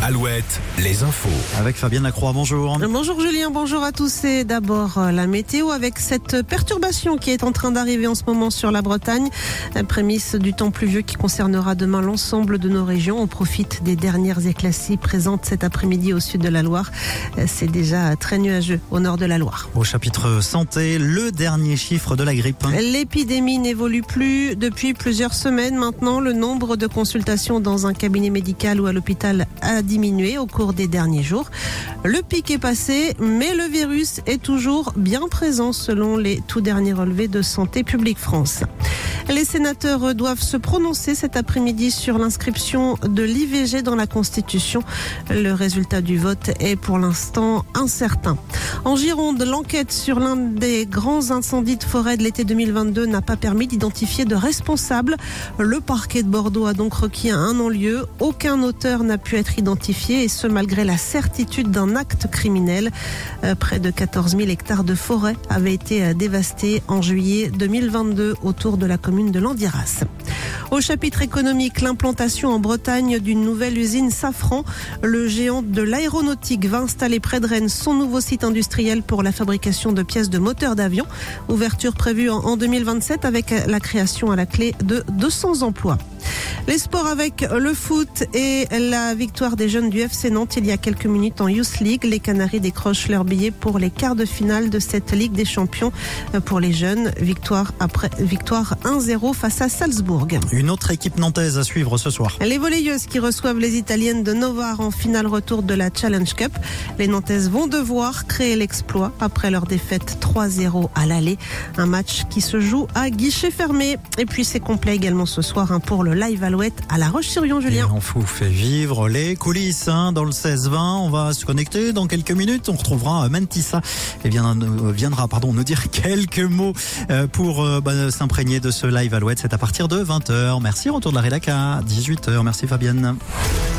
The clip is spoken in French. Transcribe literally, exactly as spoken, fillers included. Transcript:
Alouette, les infos. Avec Fabienne Lacroix, bonjour. Bonjour Julien, bonjour à tous. Et d'abord la météo avec cette perturbation qui est en train d'arriver en ce moment sur la Bretagne. Prémisse du temps pluvieux qui concernera demain l'ensemble de nos régions. On profite des dernières éclaircies présentes cet après-midi au sud de la Loire. C'est déjà très nuageux au nord de la Loire. Au chapitre santé, le dernier chiffre de la grippe. L'épidémie n'évolue plus depuis plusieurs semaines maintenant. Le nombre de consultations dans un cabinet médical ou à l'hôpital a diminué au cours des derniers jours. Le pic est passé, mais le virus est toujours bien présent selon les tout derniers relevés de Santé publique France. Les sénateurs doivent se prononcer cet après-midi sur l'inscription de l'I V G dans la Constitution. Le résultat du vote est pour l'instant incertain. En Gironde, l'enquête sur l'un des grands incendies de forêt de l'été deux mille vingt-deux n'a pas permis d'identifier de responsables. Le parquet de Bordeaux a donc requis un non-lieu. Aucun auteur n'a pu être identifié et ce malgré la certitude d'un acte criminel. Euh, près de quatorze mille hectares de forêt avaient été dévastés en juillet deux mille vingt-deux autour de la commune de Landiras. Au chapitre économique, l'implantation en Bretagne d'une nouvelle usine Safran. Le géant de l'aéronautique va installer près de Rennes son nouveau site industriel pour la fabrication de pièces de moteurs d'avion. Ouverture prévue en deux mille vingt-sept avec la création à la clé de deux cents emplois. Les sports avec le foot et la victoire des jeunes du F C Nantes il y a quelques minutes en Youth League. Les Canaries décrochent leur billet pour les quarts de finale de cette Ligue des Champions pour les jeunes. Victoire après victoire un zéro face à Salzbourg. Une autre équipe nantaise à suivre ce soir. Les volleyeuses qui reçoivent les Italiennes de Novare en finale retour de la Challenge Cup. Les Nantaises vont devoir créer l'exploit après leur défaite trois zéro à l'aller. Un match qui se joue à guichet fermé. Et puis c'est complet également ce soir hein, pour le Live Alouette à La Roche-sur-Yon, Julien. Et on vous fait vivre les coulisses hein, dans le seize vingt. On va se connecter dans quelques minutes. On retrouvera Mentissa et bien, euh, viendra pardon, nous dire quelques mots euh, pour euh, bah, s'imprégner de ce Live Alouette. C'est à partir de vingt heures. Merci, retour de la rédac à dix-huit heures. Merci Fabienne.